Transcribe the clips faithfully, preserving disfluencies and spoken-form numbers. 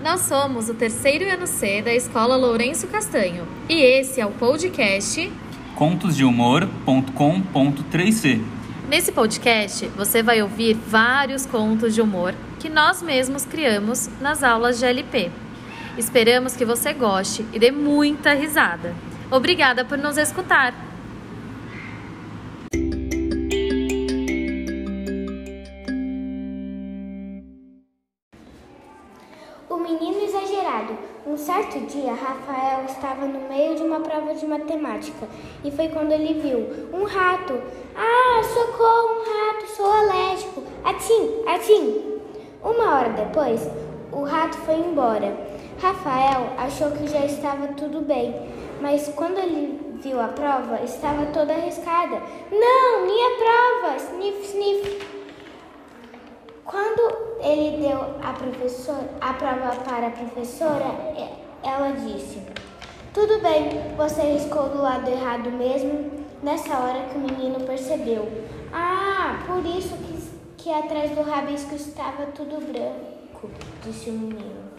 Nós somos o terceiro ano C da Escola Lourenço Castanho e esse é o podcast contos de humor ponto com ponto três c. Nesse podcast você vai ouvir vários contos de humor que nós mesmos criamos nas aulas de L P. Esperamos que você goste e dê muita risada. Obrigada por nos escutar! O menino exagerado. Um certo dia, Rafael estava no meio de uma prova de matemática e foi quando ele viu um rato. Ah, socorro, um rato, sou alérgico. Atim, atim. Uma hora depois, o rato foi embora. Rafael achou que já estava tudo bem, mas quando ele viu a prova, estava toda arriscada. Não, minha prova! Sniff, sniff. Quando ele deu a, professora, a prova para a professora, ela disse: tudo bem, você riscou do lado errado mesmo. Nessa hora que o menino percebeu. Ah, por isso que, que atrás do rabisco estava tudo branco, disse o menino.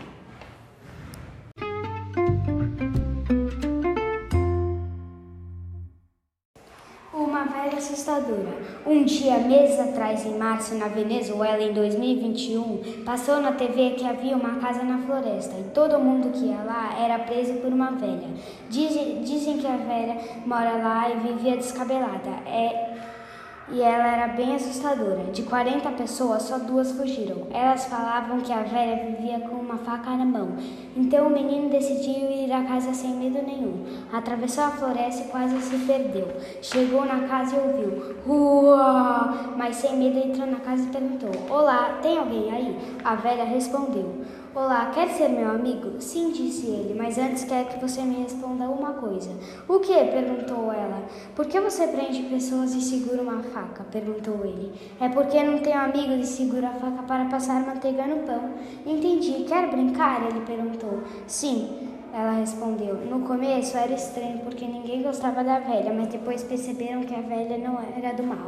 Uma velha assustadora. Um dia, meses atrás, em março, na Venezuela, em dois mil e vinte e um, passou na T V que havia uma casa na floresta e todo mundo que ia lá era preso por uma velha. Dizem, dizem que a velha mora lá e vivia descabelada. É... E ela era bem assustadora. De quarenta pessoas, só duas fugiram. Elas falavam que a velha vivia com uma faca na mão. Então o menino decidiu ir à casa sem medo nenhum. Atravessou a floresta e quase se perdeu. Chegou na casa e ouviu "Uau!", mas sem medo entrou na casa e perguntou: olá, tem alguém aí? A velha respondeu: olá, quer ser meu amigo? Sim, disse ele, mas antes quero que você me responda uma coisa. O que? Perguntou ela. Por que você prende pessoas e segura uma faca? Perguntou ele. É porque não tenho amigos e seguro a faca para passar manteiga no pão. Entendi. Quer brincar? Ele perguntou. Sim, ela respondeu. No começo era estranho porque ninguém gostava da velha, mas depois perceberam que a velha não era do mal.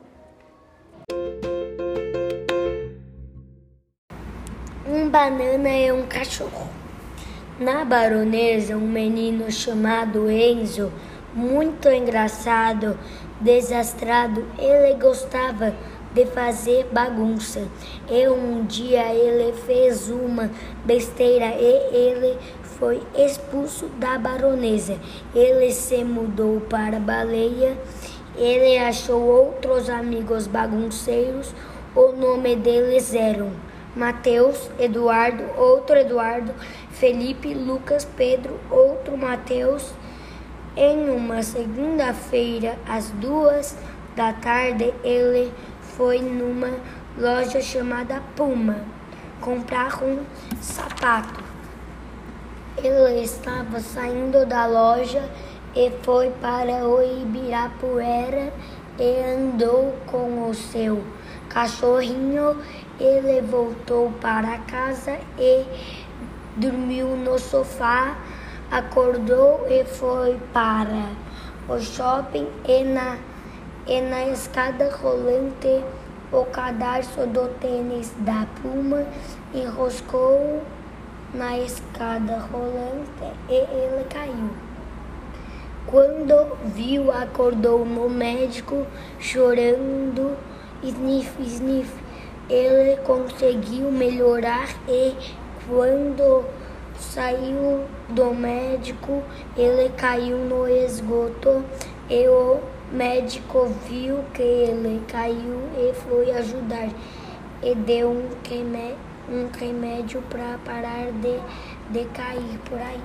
Um banana e um cachorro. Na Baronesa, um menino chamado Enzo, muito engraçado, desastrado, ele gostava de fazer bagunça. E um dia ele fez uma besteira e ele foi expulso da Baronesa. Ele se mudou para a Baleia. Ele achou outros amigos bagunceiros. O nome deles eram Mateus, Eduardo, outro Eduardo, Felipe, Lucas, Pedro, outro Mateus. Em uma segunda-feira, às duas da tarde, ele foi numa loja chamada Puma comprar um sapato. Ele estava saindo da loja e foi para o Ibirapuera e andou com o seu cachorrinho. Ele voltou para casa e dormiu no sofá, acordou e foi para o shopping e na, e na escada rolante o cadarço do tênis da Puma enroscou na escada rolante e ele caiu. Quando viu, acordou no médico chorando, sniff, sniff. Ele conseguiu melhorar e quando saiu do médico, ele caiu no esgoto e o médico viu que ele caiu e foi ajudar e deu um remédio, um remédio para parar de, de cair por aí.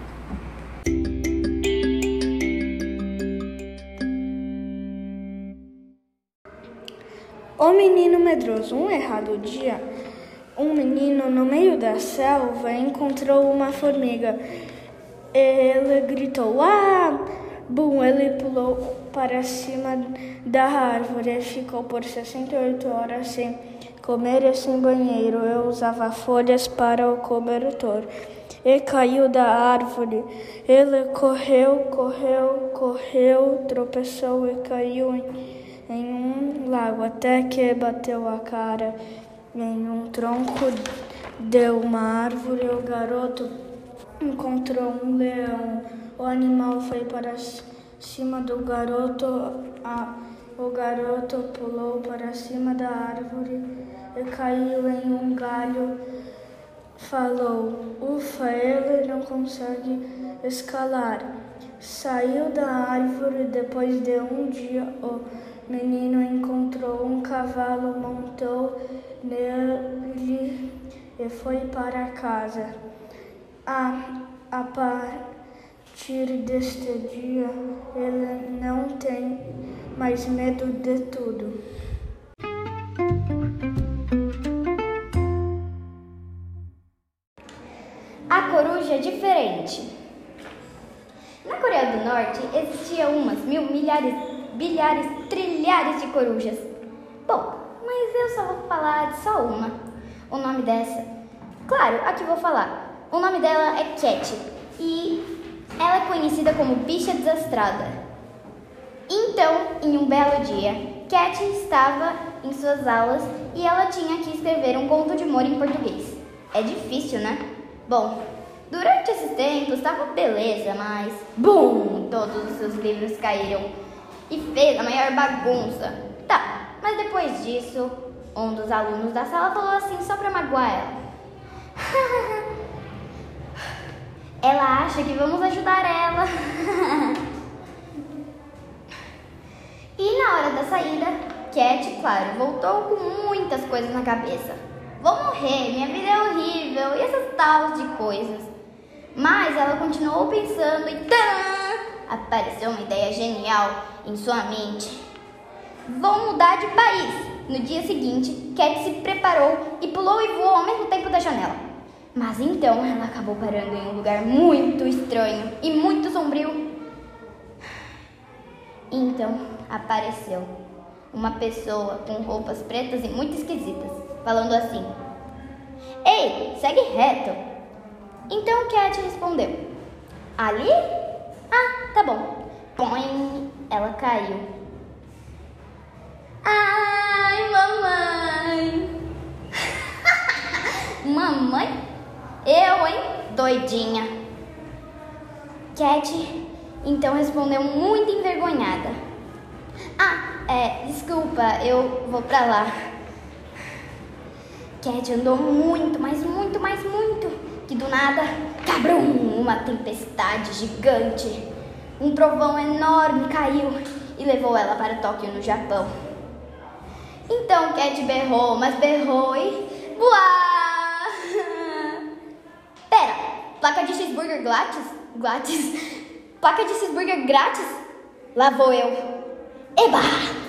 O menino medroso. Um errado dia, um menino no meio da selva encontrou uma formiga. Ele gritou: ah! Bum, ele pulou para cima da árvore e ficou por sessenta e oito horas sem comer e sem banheiro. Eu usava folhas para o cobertor. E caiu da árvore. Ele correu, correu, correu, tropeçou e caiu em em um lago, até que bateu a cara em um tronco de uma árvore, o garoto encontrou um leão. O animal foi para cima do garoto. A, o garoto pulou para cima da árvore e caiu em um galho. Falou: ufa, ele não consegue escalar. Saiu da árvore. Depois de um dia, o menino encontrou um cavalo, montou nele e foi para casa. A, a partir deste dia, ele não tem mais medo de tudo. A coruja diferente. Na Coreia do Norte existiam umas mil, milhares, bilhares, trilhares de corujas. Bom, mas eu só vou falar de só uma. O nome dessa, claro, aqui vou falar. O nome dela é Cat e ela é conhecida como bicha desastrada. Então, em um belo dia, Cat estava em suas aulas e ela tinha que escrever um conto de humor em português. É difícil, né? Bom, durante esses tempos estava beleza, mas bum! Todos os seus livros caíram e fez a maior bagunça. Tá, mas depois disso, um dos alunos da sala falou assim só pra magoar ela. Ela acha que vamos ajudar ela. E na hora da saída, Cat, claro, voltou com muitas coisas na cabeça. Vou morrer, minha vida é horrível e essas tal de coisas. Mas ela continuou pensando e tadã, apareceu uma ideia genial em sua mente. Vou mudar de país. No dia seguinte, Cat se preparou e pulou e voou ao mesmo tempo da janela. Mas então ela acabou parando em um lugar muito estranho e muito sombrio. Então apareceu uma pessoa com roupas pretas e muito esquisitas, falando assim: ei, segue reto. Então Cat respondeu: ali? Ah, tá bom. Põe, ela caiu. Ai, mamãe. Mamãe? Eu, hein? Doidinha. Cat então respondeu muito envergonhada: ah, é, desculpa, eu vou pra lá. Cat andou muito, mas muito, mas muito, que do nada, cabrum, uma tempestade gigante. Um trovão enorme caiu e levou ela para Tóquio, no Japão. Então Cat berrou, mas berrou e voar. Pera, placa de cheeseburger grátis? Grátis? Placa de cheeseburger grátis? Lá vou eu. Eba!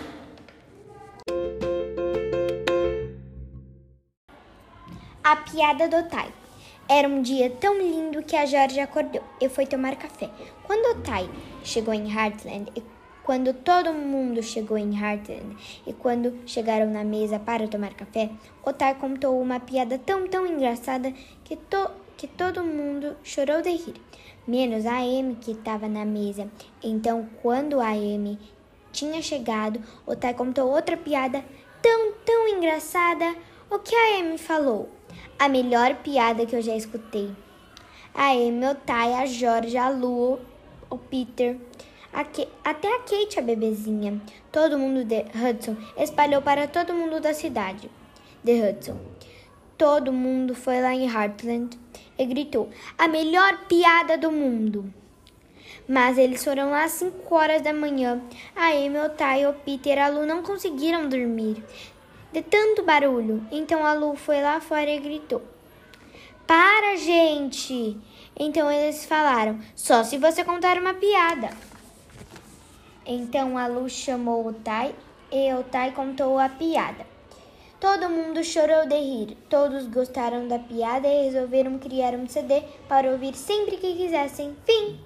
A piada do Tai. Era um dia tão lindo que a Georgia acordou e foi tomar café. Quando o Tai chegou em Heartland e quando todo mundo chegou em Heartland e quando chegaram na mesa para tomar café, o Tai contou uma piada tão, tão engraçada que, to, que todo mundo chorou de rir, menos a Amy que estava na mesa. Então, quando a Amy tinha chegado, o Tai contou outra piada tão, tão engraçada. O que a Amy falou? A melhor piada que eu já escutei. A Amy, o Tai, a Georgia, a Lu, o Peter, a Ke- até a Kate, a bebezinha. Todo mundo de Hudson espalhou para todo mundo da cidade de Hudson. Todo mundo foi lá em Heartland e gritou: a melhor piada do mundo. Mas eles foram lá às cinco horas da manhã. A Amy, o Tai, o Peter e a Lu não conseguiram dormir de tanto barulho. Então a Lu foi lá fora e gritou: para, gente! Então eles falaram: só se você contar uma piada. Então a Lu chamou o Tai e o Tai contou a piada. Todo mundo chorou de rir. Todos gostaram da piada e resolveram criar um C D para ouvir sempre que quisessem. Fim!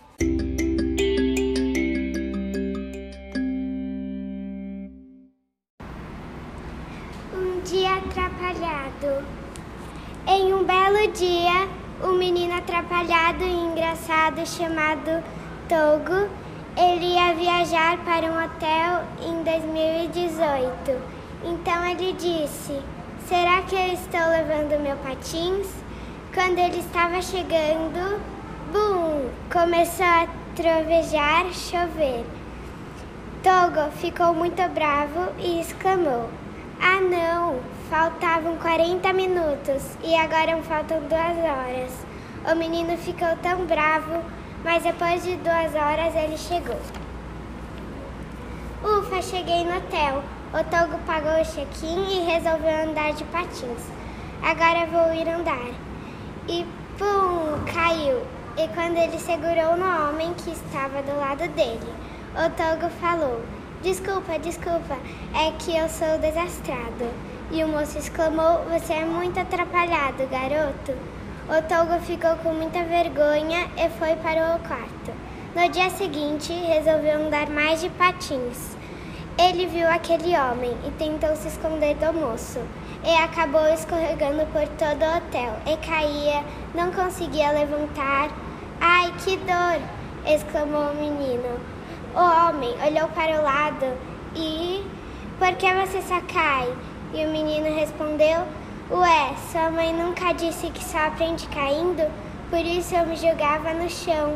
Um dia atrapalhado. Em um belo dia, um menino atrapalhado e engraçado chamado Togo, ele ia viajar para um hotel em dois mil e dezoito. Então ele disse: será que eu estou levando meu patins? Quando ele estava chegando, bum! Começou a trovejar, chover. Togo ficou muito bravo e exclamou: ah não, faltavam quarenta minutos e agora faltam duas horas. O menino ficou tão bravo, mas depois de duas horas ele chegou. Ufa, cheguei no hotel. O Togo pagou o check-in e resolveu andar de patins. Agora vou ir andar. E pum, caiu. E quando ele segurou no homem que estava do lado dele, o Togo falou: desculpa, desculpa, é que eu sou desastrado. E o moço exclamou: você é muito atrapalhado, garoto. O Togo ficou com muita vergonha e foi para o quarto. No dia seguinte, resolveu andar mais de patins. Ele viu aquele homem e tentou se esconder do moço. E acabou escorregando por todo o hotel. E caía, não conseguia levantar. Ai, que dor! Exclamou o menino. O homem olhou para o lado e... por que você só cai? E o menino respondeu: ué, sua mãe nunca disse que só aprende caindo? Por isso eu me jogava no chão.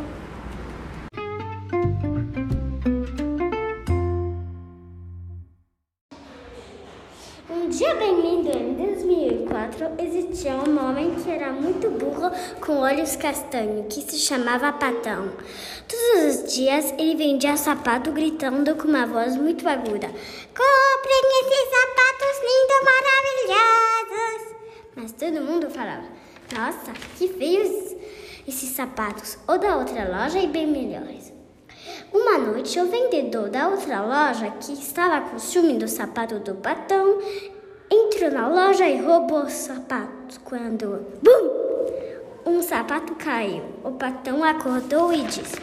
Um dia bem lindo, em dois mil e quatro, existia um homem que era muito burro, com olhos castanhos, que se chamava Patão. Todos os dias ele vendia sapato gritando com uma voz muito aguda: comprem esses sapatos lindos, maravilhosos! Mas todo mundo falava: nossa, que feios esses sapatos, ou da outra loja e bem melhores. Uma noite, o vendedor da outra loja, que estava com ciúme do sapato do Patão, entrou na loja e roubou os sapatos. Quando, bum! Um sapato caiu. O Patão acordou e disse: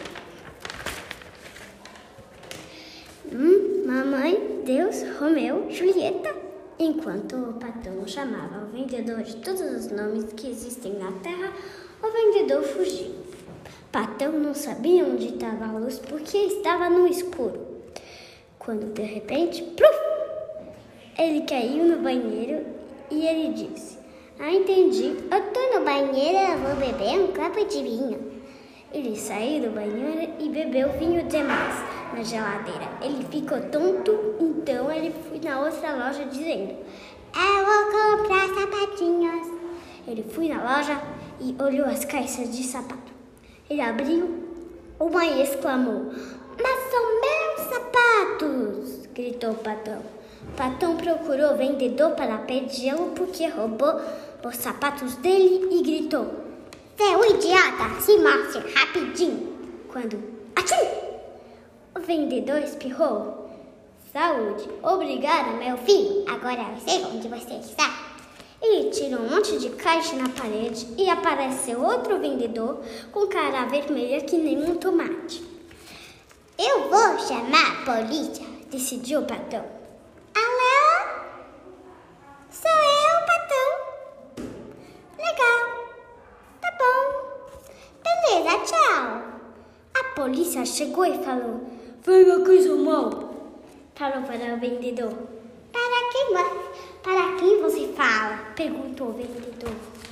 hum, mamãe, Deus, Romeu, Julieta. Enquanto o Patão chamava o vendedor de todos os nomes que existem na terra, o vendedor fugiu. Patão não sabia onde estava a luz porque estava no escuro. Quando de repente, pluf, ele caiu no banheiro e ele disse: ah, entendi, eu tô no banheiro, eu vou beber um copo de vinho. Ele saiu do banheiro e bebeu vinho demais na geladeira. Ele ficou tonto, então ele foi na outra loja dizendo: eu vou comprar sapatinhos. Ele foi na loja e olhou as caixas de sapato. Ele abriu uma e exclamou: mas são meus sapatos! Gritou o Patão. Patão procurou o vendedor para pedi-lo porque roubou os sapatos dele e gritou: seu idiota, se mostre rapidinho! Quando, atchim! O vendedor espirrou: saúde, obrigada, meu filho, agora eu sei onde você está. Ele tirou um monte de caixa na parede e apareceu outro vendedor com cara vermelha que nem um tomate. Eu vou chamar a polícia, decidiu o Patão. Alô? Sou eu, Patão. Legal. Tá bom. Beleza, tchau. A polícia chegou e falou: venha aqui, seu mal. Falou para o vendedor: para quem vai? Para quem você fala? Perguntou o vendedor.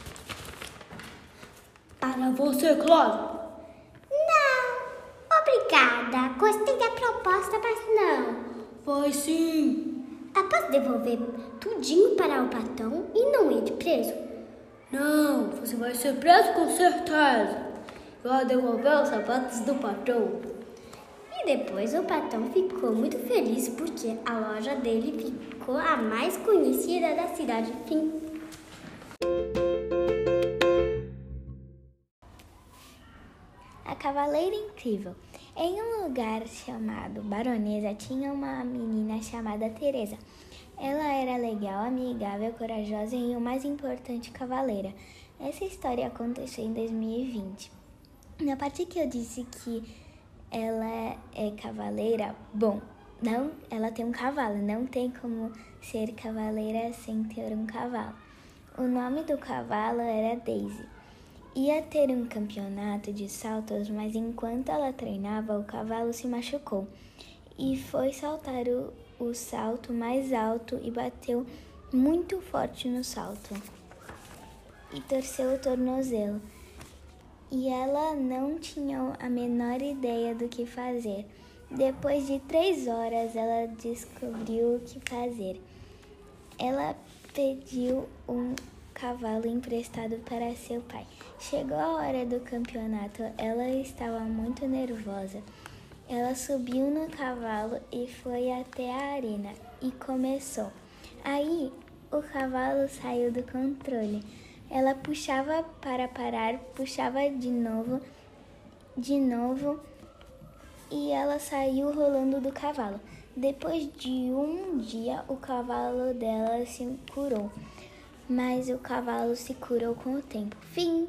Para você, claro. Não, obrigada. Gostei da proposta, mas não. Vai sim. Eu posso devolver tudinho para o Patão e não ir preso? Não, você vai ser preso com certeza. Vai devolver os sapatos do Patão. E depois o Patão ficou muito feliz porque a loja dele ficou a mais conhecida da cidade. Fim. A Cavaleira Incrível. Em um lugar chamado Baronesa tinha uma menina chamada Teresa. Ela era legal, amigável, corajosa e o mais importante, cavaleira. Essa história aconteceu em dois mil e vinte. Na parte que eu disse que ela é cavaleira, bom, não, ela tem um cavalo, não tem como ser cavaleira sem ter um cavalo. O nome do cavalo era Daisy. Ia ter um campeonato de saltos, mas enquanto ela treinava, o cavalo se machucou e foi saltar o, o salto mais alto e bateu muito forte no salto e torceu o tornozelo. E ela não tinha a menor ideia do que fazer. Depois de três horas, ela descobriu o que fazer. Ela pediu um cavalo emprestado para seu pai. Chegou a hora do campeonato, ela estava muito nervosa. Ela subiu no cavalo e foi até a arena e começou. Aí, o cavalo saiu do controle. Ela puxava para parar, puxava de novo, de novo, e ela saiu rolando do cavalo. Depois de um dia, o cavalo dela se curou, mas o cavalo se curou com o tempo. Fim!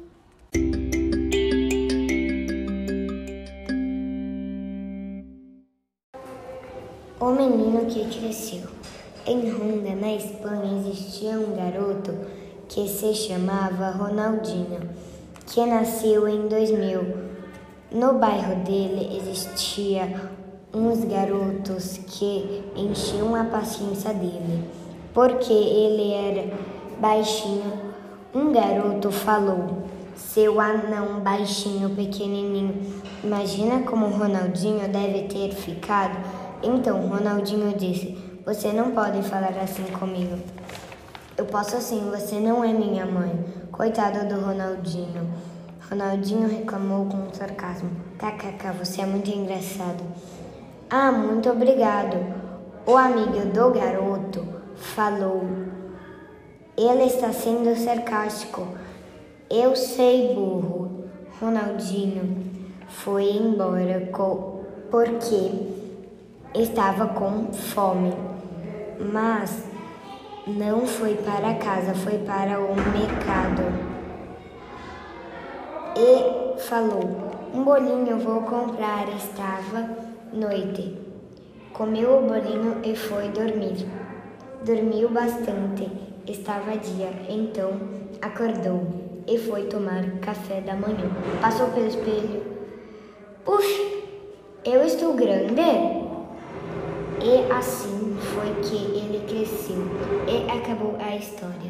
O menino que cresceu. Em Ronda, na Espanha, existia um garoto que se chamava Ronaldinho, que nasceu em dois mil. No bairro dele existia uns garotos que enchiam a paciência dele, porque ele era baixinho. Um garoto falou: seu anão baixinho, pequenininho, imagina como o Ronaldinho deve ter ficado. Então Ronaldinho disse: você não pode falar assim comigo. Eu posso sim, você não é minha mãe. Coitado do Ronaldinho. Ronaldinho reclamou com sarcasmo. Kkk, você é muito engraçado. Ah, muito obrigado. O amigo do garoto falou: ele está sendo sarcástico. Eu sei, burro. Ronaldinho foi embora co- porque estava com fome. Mas não foi para casa, foi para o mercado. E falou: um bolinho eu vou comprar. Estava noite. Comeu o bolinho e foi dormir. Dormiu bastante. Estava dia. Então acordou e foi tomar café da manhã. Passou pelo espelho. Puxa, eu estou grande? E assim foi que ele cresceu. E acabou a história.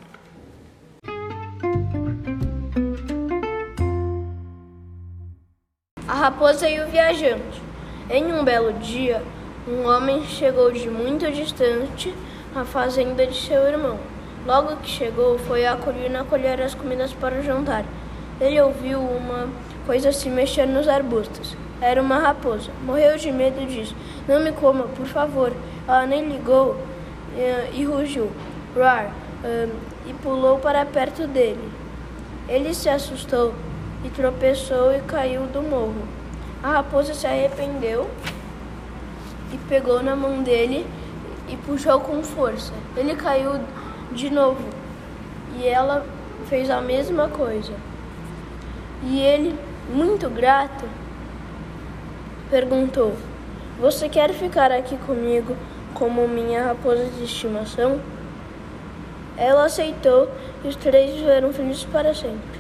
A Raposa e o Viajante. Em um belo dia, um homem chegou de muito distante à fazenda de seu irmão. Logo que chegou, foi à colina colher as comidas para o jantar. Ele ouviu uma coisa se mexer nos arbustos. Era uma raposa. Morreu de medo e disse: não me coma, por favor. Ela nem ligou e, e rugiu, roar, um, e pulou para perto dele. Ele se assustou e tropeçou e caiu do morro. A raposa se arrependeu e pegou na mão dele e puxou com força. Ele caiu de novo e ela fez a mesma coisa. E ele, muito grato, perguntou: você quer ficar aqui comigo como minha raposa de estimação? Ela aceitou e os três viveram felizes para sempre.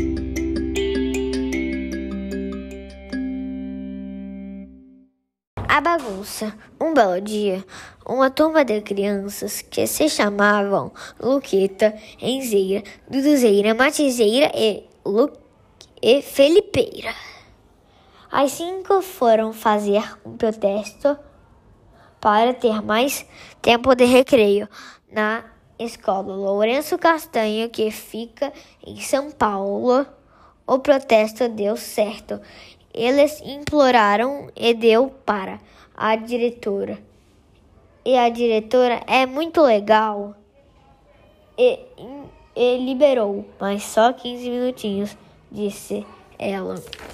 A bagunça. Um belo dia, uma turma de crianças que se chamavam Luqueta, Enzeira, Duduzeira, Matizeira e, Lu... e Felipeira. As cinco foram fazer um protesto para ter mais tempo de recreio na escola Lourenço Castanho, que fica em São Paulo. O protesto deu certo. Eles imploraram e deu para a diretora. E a diretora é muito legal e, e liberou, mas só quinze minutinhos, disse ela.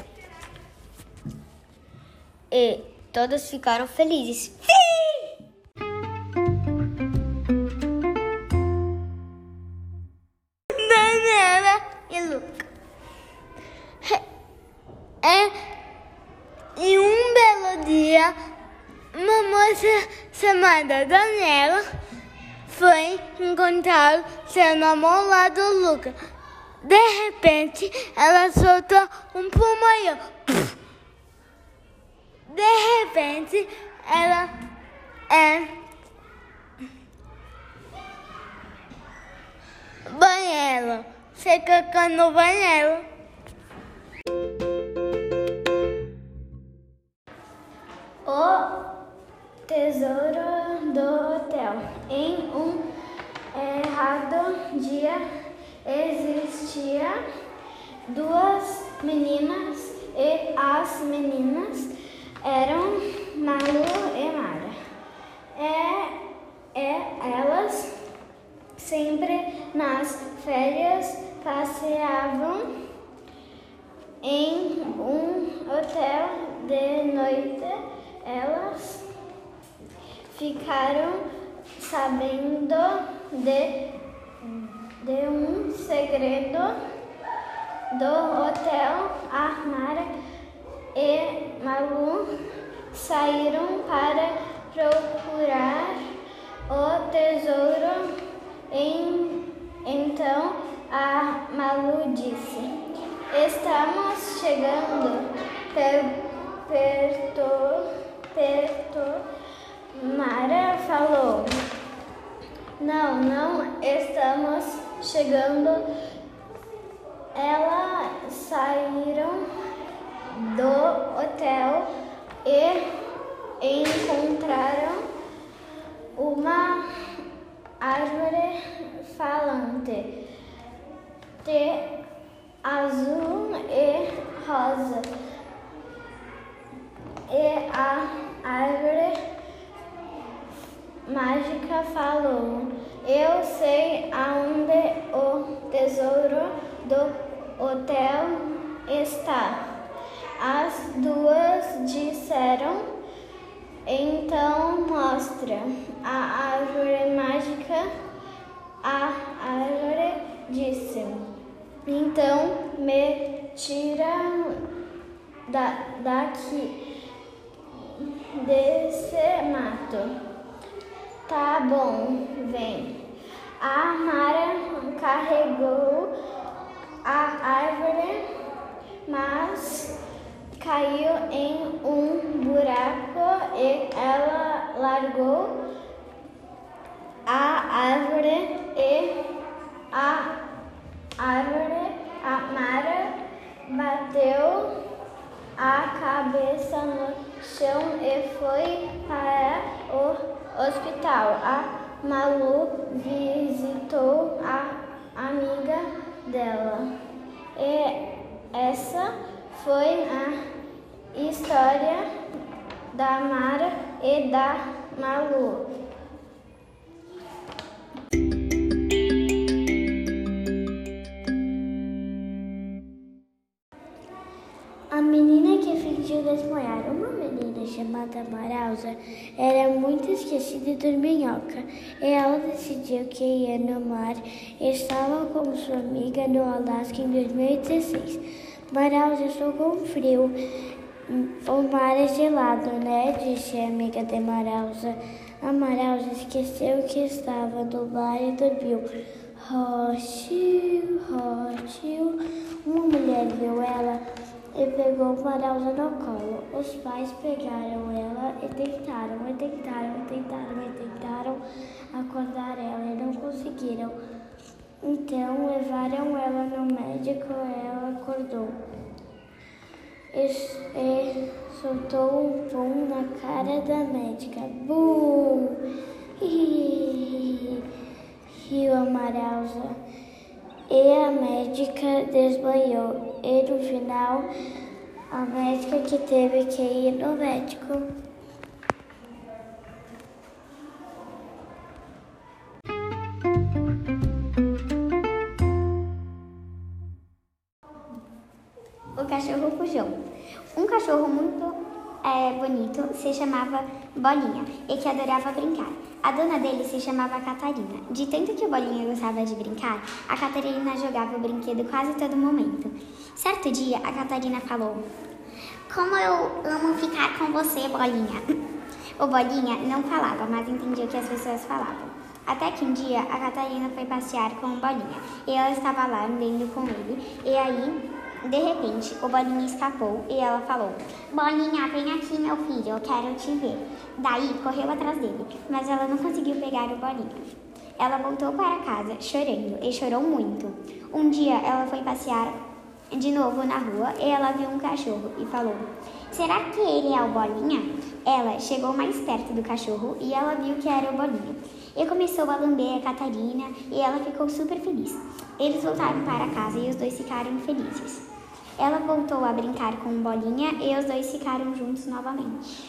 E todos ficaram felizes. Sim! Daniela e Luca. É, em um belo dia, uma moça chamada Daniela foi encontrar seu namorado Luca. De repente, ela soltou um pulmão. De repente, ela é ela. Você cacou no banheiro. O tesouro do hotel. Em um errado dia existia duas meninas e as meninas eram Malu e Mara. É, é, elas sempre nas férias passeavam em um hotel de noite. Elas ficaram sabendo de, de um segredo do hotel. A Mara e Malu saíram para procurar o tesouro. Em, então a Malu disse: estamos chegando per, perto, perto. Mara falou: não, não estamos chegando. Elas saíram do hotel e encontraram uma árvore falante de azul e rosa. E a árvore mágica falou: eu sei aonde o tesouro do hotel está. As duas disseram: então mostra. A árvore mágica, a árvore disse: então me tira da, daqui, desse mato. Tá bom, vem. A Mara carregou a árvore, mas caiu em um buraco e ela largou a árvore e a árvore, a Mara bateu a cabeça no chão e foi para o hospital. A Malu visitou a amiga dela. E essa foi a história da Mara e da Malu. A menina que fingiu desmaiar. Uma menina chamada Marausa era muito esquecida e dorminhoca, e ela decidiu que ia no mar e estava com sua amiga no Alasca em dois mil e dezesseis. Marausa, estou com frio. O mar é gelado, né? Disse a amiga de Marausa. A Marausa esqueceu que estava no mar e dormiu. Roxiu, roxiu. Uma mulher viu ela e pegou Marausa no colo. Os pais pegaram ela e tentaram, e tentaram, e tentaram, e tentaram acordar ela e não conseguiram. Então levaram ela no médico e ela acordou. E, e soltou um pum na cara da médica. Bum! Riu a Marausa. E a médica desmaiou. E no final, a médica que teve que ir no médico. O cachorro fujão. Um cachorro muito é, bonito se chamava Bolinha e que adorava brincar. A dona dele se chamava Catarina. De tanto que o Bolinha gostava de brincar, a Catarina jogava o brinquedo quase todo momento. Certo dia, a Catarina falou: como eu amo ficar com você, Bolinha. O Bolinha não falava, mas entendia o que as pessoas falavam. Até que um dia, a Catarina foi passear com o Bolinha e ela estava lá andando com ele. E aí, de repente, o Bolinha escapou e ela falou: Bolinha, vem aqui, meu filho, eu quero te ver. Daí, correu atrás dele, mas ela não conseguiu pegar o Bolinha. Ela voltou para casa chorando e chorou muito. Um dia ela foi passear de novo na rua e ela viu um cachorro e falou: será que ele é o Bolinha? Ela chegou mais perto do cachorro e ela viu que era o Bolinha. E começou a lamber a Catarina e ela ficou super feliz. Eles voltaram para casa e os dois ficaram felizes. Ela voltou a brincar com o Bolinha e os dois ficaram juntos novamente.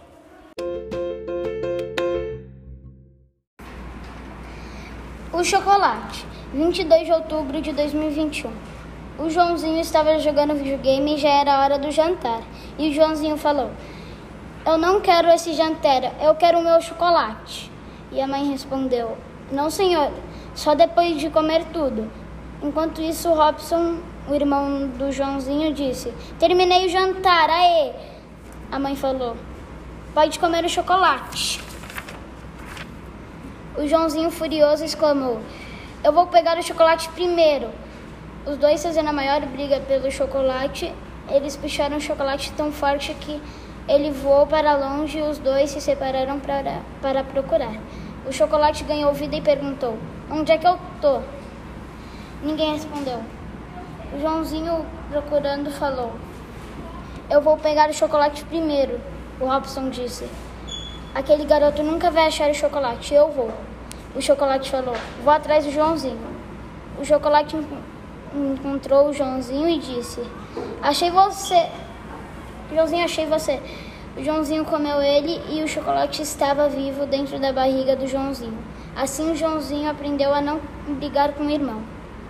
O chocolate, vinte e dois de outubro de dois mil e vinte e um. O Joãozinho estava jogando videogame e já era hora do jantar. E o Joãozinho falou: eu não quero esse jantar, eu quero o meu chocolate. E a mãe respondeu: não, senhor, só depois de comer tudo. Enquanto isso, o Robson, o irmão do Joãozinho, disse: terminei o jantar, aê! A mãe falou: pode comer o chocolate. O Joãozinho, furioso, exclamou: eu vou pegar o chocolate primeiro. Os dois, fazendo a maior briga pelo chocolate, eles puxaram o chocolate tão forte que ele voou para longe e os dois se separaram para, para procurar. O chocolate ganhou vida e perguntou: onde é que eu tô? Ninguém respondeu. O Joãozinho, procurando, falou: eu vou pegar o chocolate primeiro. O Robson disse: aquele garoto nunca vai achar o chocolate, eu vou. O chocolate falou: vou atrás do Joãozinho. O chocolate encontrou o Joãozinho e disse: achei você. Joãozinho, achei você. O Joãozinho comeu ele e o chocolate estava vivo dentro da barriga do Joãozinho. Assim o Joãozinho aprendeu a não brigar com o irmão.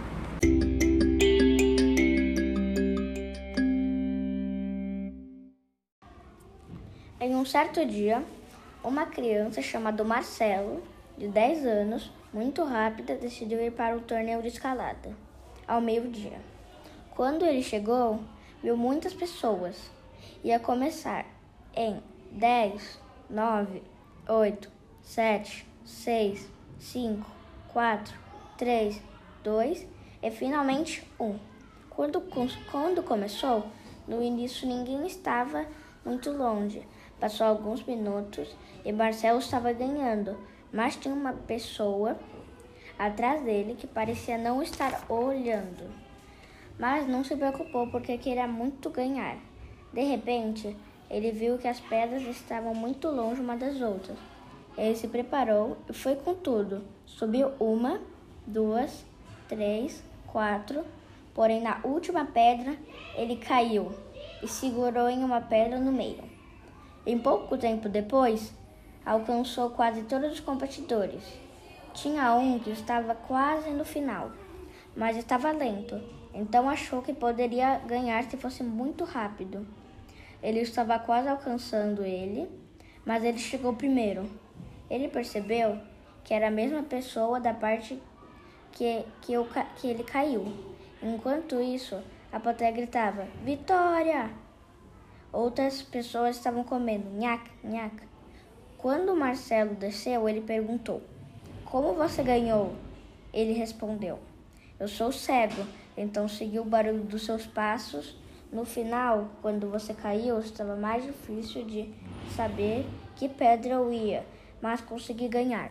Em um certo dia, uma criança chamada Marcelo, de dez anos, muito rápida, decidiu ir para o torneio de escalada, ao meio-dia. Quando ele chegou, viu muitas pessoas. Ia começar em dez, nove, oito, sete, seis, cinco, quatro, três, dois e finalmente um. Quando, quando começou, no início ninguém estava muito longe. Passou alguns minutos e Marcelo estava ganhando, mas tinha uma pessoa atrás dele que parecia não estar olhando. Mas não se preocupou porque queria muito ganhar. De repente, ele viu que as pedras estavam muito longe uma das outras. Ele se preparou e foi com tudo. Subiu uma, duas, três, quatro. Porém, na última pedra, ele caiu e segurou em uma pedra no meio. Em pouco tempo depois, alcançou quase todos os competidores. Tinha um que estava quase no final, mas estava lento, então achou que poderia ganhar se fosse muito rápido. Ele estava quase alcançando ele, mas ele chegou primeiro. Ele percebeu que era a mesma pessoa da parte que, que, eu, que ele caiu. Enquanto isso, a plateia gritava: Vitória! Outras pessoas estavam comendo nhaca, nhaca. Quando Marcelo desceu, ele perguntou: como você ganhou? Ele respondeu: eu sou cego, então segui o barulho dos seus passos. No final, quando você caiu, estava mais difícil de saber que pedra eu ia, mas consegui ganhar.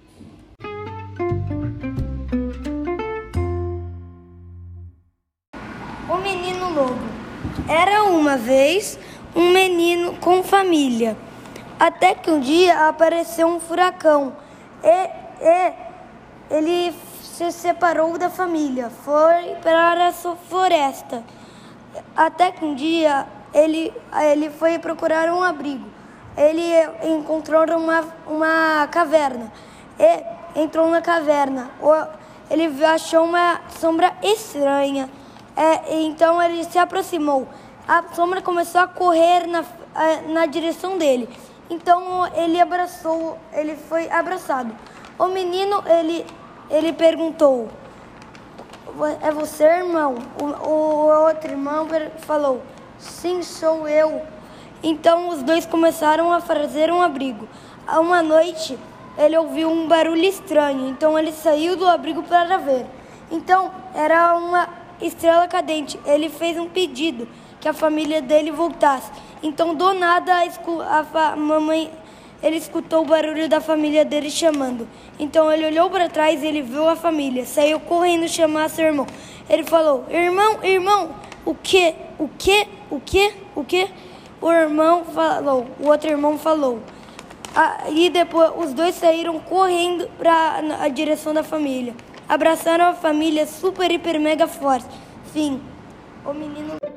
O menino lobo. Era uma vez um menino com família, até que um dia apareceu um furacão e, e ele se separou da família, foi para a floresta. Até que um dia ele, ele foi procurar um abrigo. Ele encontrou uma, uma caverna e entrou na caverna. Ele achou uma sombra estranha. É, então ele se aproximou. A sombra começou a correr na, na direção dele. Então ele abraçou, ele foi abraçado. O menino, ele, ele perguntou: é você, irmão? O, o outro irmão falou: sim, sou eu. Então os dois começaram a fazer um abrigo. Uma noite ele ouviu um barulho estranho, então ele saiu do abrigo para ver. Então era uma estrela cadente. Ele fez um pedido que a família dele voltasse. Então do nada a, a mamãe ele escutou o barulho da família dele chamando. Então ele olhou para trás e ele viu a família. Saiu correndo chamar seu irmão. Ele falou: irmão, irmão, o quê? O quê? O quê? O quê? O irmão falou, o outro irmão falou. Aí depois os dois saíram correndo para a direção da família. Abraçaram a família super, hiper, mega forte. Fim. O menino...